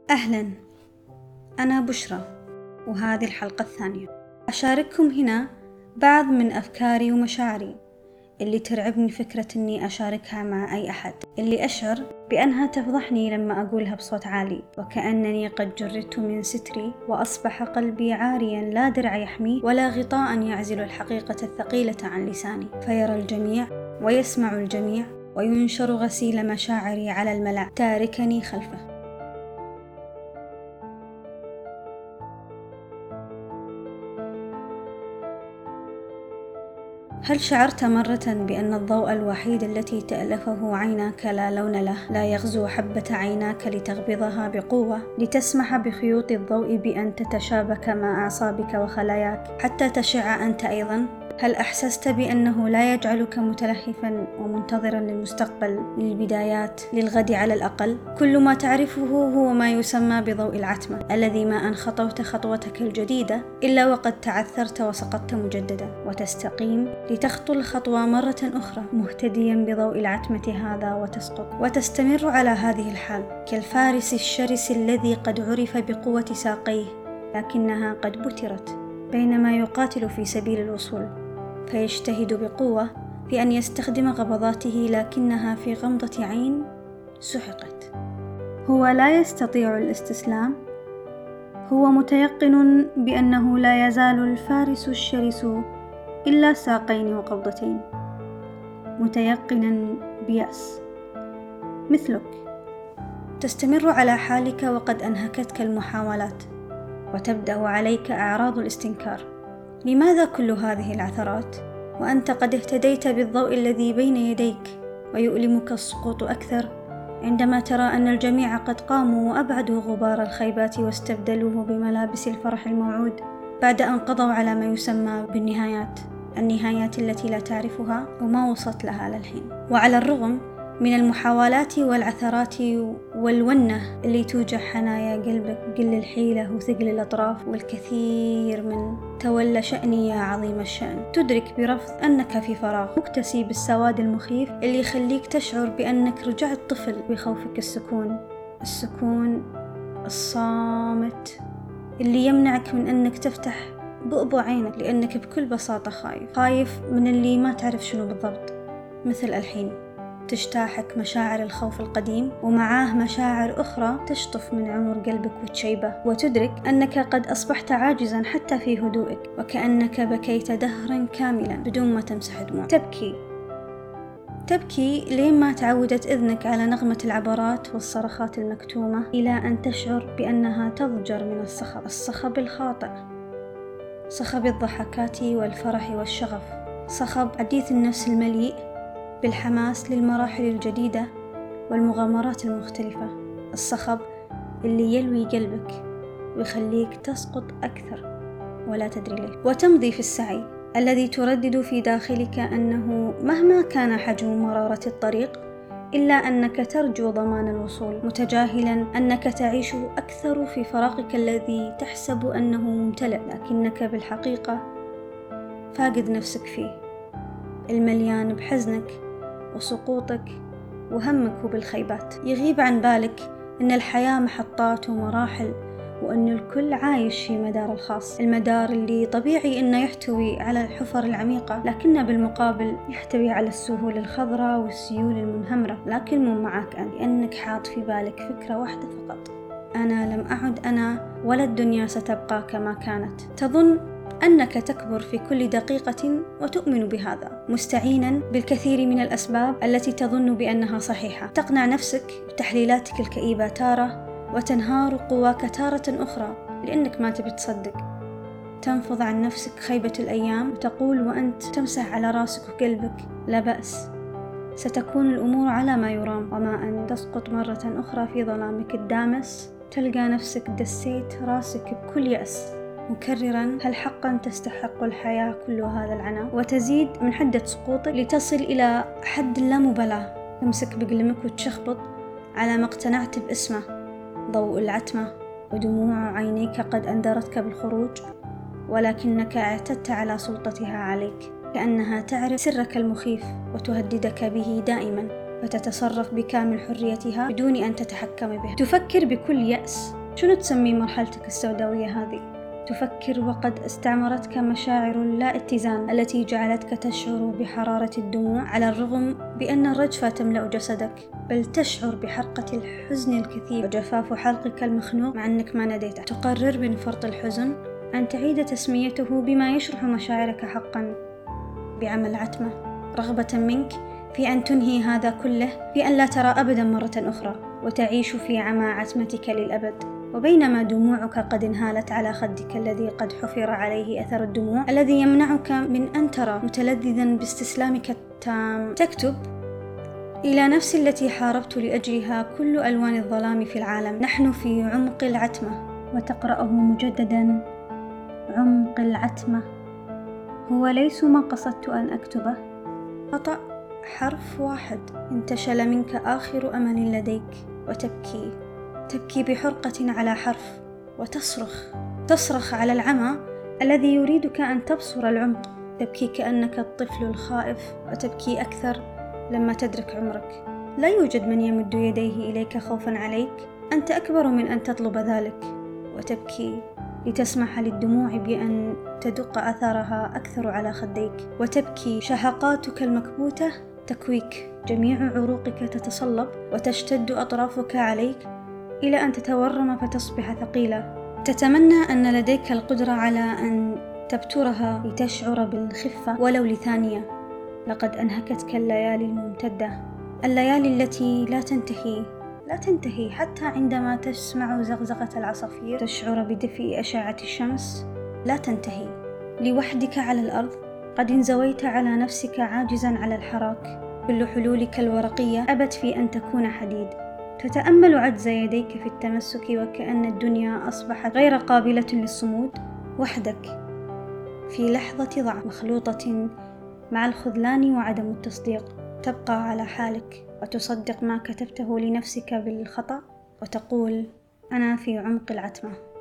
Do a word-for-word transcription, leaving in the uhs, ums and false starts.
أهلا، أنا بشرى، وهذه الحلقة الثانية. أشارككم هنا بعض من أفكاري ومشاعري اللي ترعبني فكرة أني أشاركها مع أي أحد، اللي أشعر بأنها تفضحني لما أقولها بصوت عالي، وكأنني قد جردت من ستري وأصبح قلبي عاريا لا درع يحميه ولا غطاء يعزل الحقيقة الثقيلة عن لساني، فيرى الجميع ويسمع الجميع وينشر غسيل مشاعري على الملأ تاركني خلفه. هل شعرت مرة بأن الضوء الوحيد التي تألفه عيناك لا لون له لا يغزو حبة عيناك لتغبضها بقوة، لتسمح بخيوط الضوء بأن تتشابك مع أعصابك وخلاياك حتى تشع أنت أيضا؟ هل أحسست بأنه لا يجعلك متلهفا ومنتظرا للمستقبل، للبدايات، للغد على الأقل؟ كل ما تعرفه هو ما يسمى بضوء العتمة، الذي ما أن خطوت خطوتك الجديدة إلا وقد تعثرت وسقطت مجددا، وتستقيم لتخطو الخطوة مرة أخرى مهتديا بضوء العتمة هذا وتسقط، وتستمر على هذه الحال كالفارس الشرس الذي قد عرف بقوة ساقيه لكنها قد بترت بينما يقاتل في سبيل الوصول، فيجتهد بقوة في أن يستخدم غبضاته لكنها في غمضة عين سحقت. هو لا يستطيع الاستسلام، هو متيقن بأنه لا يزال الفارس الشرس إلا ساقين وقبضتين، متيقنا بيأس مثلك. تستمر على حالك وقد أنهكتك المحاولات، وتبدأ عليك أعراض الاستنكار. لماذا كل هذه العثرات وأنت قد اهتديت بالضوء الذي بين يديك؟ ويؤلمك السقوط أكثر عندما ترى أن الجميع قد قاموا وأبعدوا غبار الخيبات واستبدلوه بملابس الفرح الموعود بعد أن قضوا على ما يسمى بالنهايات، النهايات التي لا تعرفها وما وصلت لها للحين. وعلى الرغم من المحاولات والعثرات والونة اللي توجع حنايا قلبك بقل الحيلة وثقل الأطراف والكثير من تولى شأني يا عظيم الشأن، تدرك برفض أنك في فراغ مكتسي بالسواد المخيف اللي يخليك تشعر بأنك رجعت طفل بخوفك السكون، السكون الصامت اللي يمنعك من أنك تفتح بؤبؤ عينك لأنك بكل بساطة خايف خايف من اللي ما تعرف شنو بالضبط. مثل الحين تجتاحك مشاعر الخوف القديم ومعاه مشاعر أخرى تشطف من عمر قلبك وتشيبه، وتدرك أنك قد أصبحت عاجزا حتى في هدوئك، وكأنك بكيت دهرا كاملا بدون ما تمسح دموع. تبكي تبكي لين ما تعودت إذنك على نغمة العبرات والصرخات المكتومة، إلى أن تشعر بأنها تضجر من الصخب الصخب الخاطئ، صخب الضحكات والفرح والشغف، صخب حديث النفس المليء بالحماس للمراحل الجديدة والمغامرات المختلفة، الصخب اللي يلوي قلبك ويخليك تسقط أكثر ولا تدري ليه، وتمضي في السعي الذي تردد في داخلك أنه مهما كان حجم مرارة الطريق إلا أنك ترجو ضمان الوصول، متجاهلا أنك تعيش أكثر في فراغك الذي تحسب أنه ممتلئ لكنك بالحقيقة فاقد نفسك فيه، المليان بحزنك وسقوطك وهمك بالخيبات. يغيب عن بالك أن الحياة محطات ومراحل، وأن الكل عايش في مدار الخاص، المدار اللي طبيعي أنه يحتوي على الحفر العميقة لكنه بالمقابل يحتوي على السهول الخضراء والسيول المنهمرة، لكن مو معك أنت، لأنك حاط في بالك فكرة واحدة فقط: أنا لم أعد أنا ولا الدنيا ستبقى كما كانت. تظن أنك تكبر في كل دقيقة وتؤمن بهذا، مستعينا بالكثير من الأسباب التي تظن بأنها صحيحة، تقنع نفسك بتحليلاتك الكئيبة تارة وتنهار قواك تارة أخرى لأنك ما تبي تصدق. تنفض عن نفسك خيبة الأيام وتقول وأنت تمسح على راسك وقلبك: لا بأس، ستكون الأمور على ما يرام. وما أن تسقط مرة أخرى في ظلامك الدامس تلقى نفسك دسيت راسك بكل يأس، مكررا: هل حقا تستحق الحياة كل هذا العناء؟ وتزيد من حدة سقوطك لتصل إلى حد اللامبالاة، تمسك بقلمك وتشخبط على ما اقتنعت باسمه: ضوء العتمة، ودموع عينيك قد أنذرتك بالخروج، ولكنك اعتدت على سلطتها عليك، كأنها تعرف سرك المخيف وتهددك به دائما. فتتصرف بكامل حريتها بدون أن تتحكم بها. تفكر بكل يأس. شنو تسمي مرحلتك السوداوية هذه؟ تفكر وقد استعمرتك مشاعر اللا اتزان التي جعلتك تشعر بحرارة الدموع على الرغم بأن الرجفة تملأ جسدك، بل تشعر بحرقة الحزن الكثير وجفاف حلقك المخنوق مع أنك ما ناديته. تقرر من فرط الحزن أن تعيد تسميته بما يشرح مشاعرك حقا، بعمل عتمة، رغبة منك في أن تنهي هذا كله، في أن لا ترى أبدا مرة أخرى وتعيش في عمى عتمتك للأبد. وبينما دموعك قد انهالت على خدك الذي قد حفر عليه أثر الدموع الذي يمنعك من أن ترى، متلذذا باستسلامك التام، تكتب: إلى نفسي التي حاربت لأجلها كل ألوان الظلام في العالم، نحن في عمق العتمة. وتقرأه مجددا: عمق العتمة هو ليس ما قصدت أن أكتبه. خطأ حرف واحد انتشل منك آخر أمل لديك، وتبكي تبكي بحرقة على حرف، وتصرخ تصرخ على العمى الذي يريدك أن تبصر العمق. تبكي كأنك الطفل الخائف، وتبكي أكثر لما تدرك عمرك. لا يوجد من يمد يديه إليك خوفا عليك، أنت أكبر من أن تطلب ذلك. وتبكي لتسمح للدموع بأن تدق أثرها أكثر على خديك، وتبكي شهقاتك المكبوتة تكويك، جميع عروقك تتصلب وتشتد أطرافك عليك إلى أن تتورم فتصبح ثقيلة. تتمنى أن لديك القدرة على أن تبترها لتشعر بالخفة ولو لثانية. لقد أنهكتك الليالي الممتدة، الليالي التي لا تنتهي لا تنتهي حتى عندما تسمع زغزغة العصافير، تشعر بدفء أشعة الشمس، لا تنتهي. لوحدك على الأرض قد انزويت على نفسك عاجزا على الحراك، كل حلولك الورقية أبت في أن تكون حديد. تتأمل عجز يديك في التمسك وكأن الدنيا أصبحت غير قابلة للصمود. وحدك في لحظة ضعف مخلوطة مع الخذلان وعدم التصديق، تبقى على حالك وتصدق ما كتبته لنفسك بالخطأ، وتقول: أنا في عمق العتمة.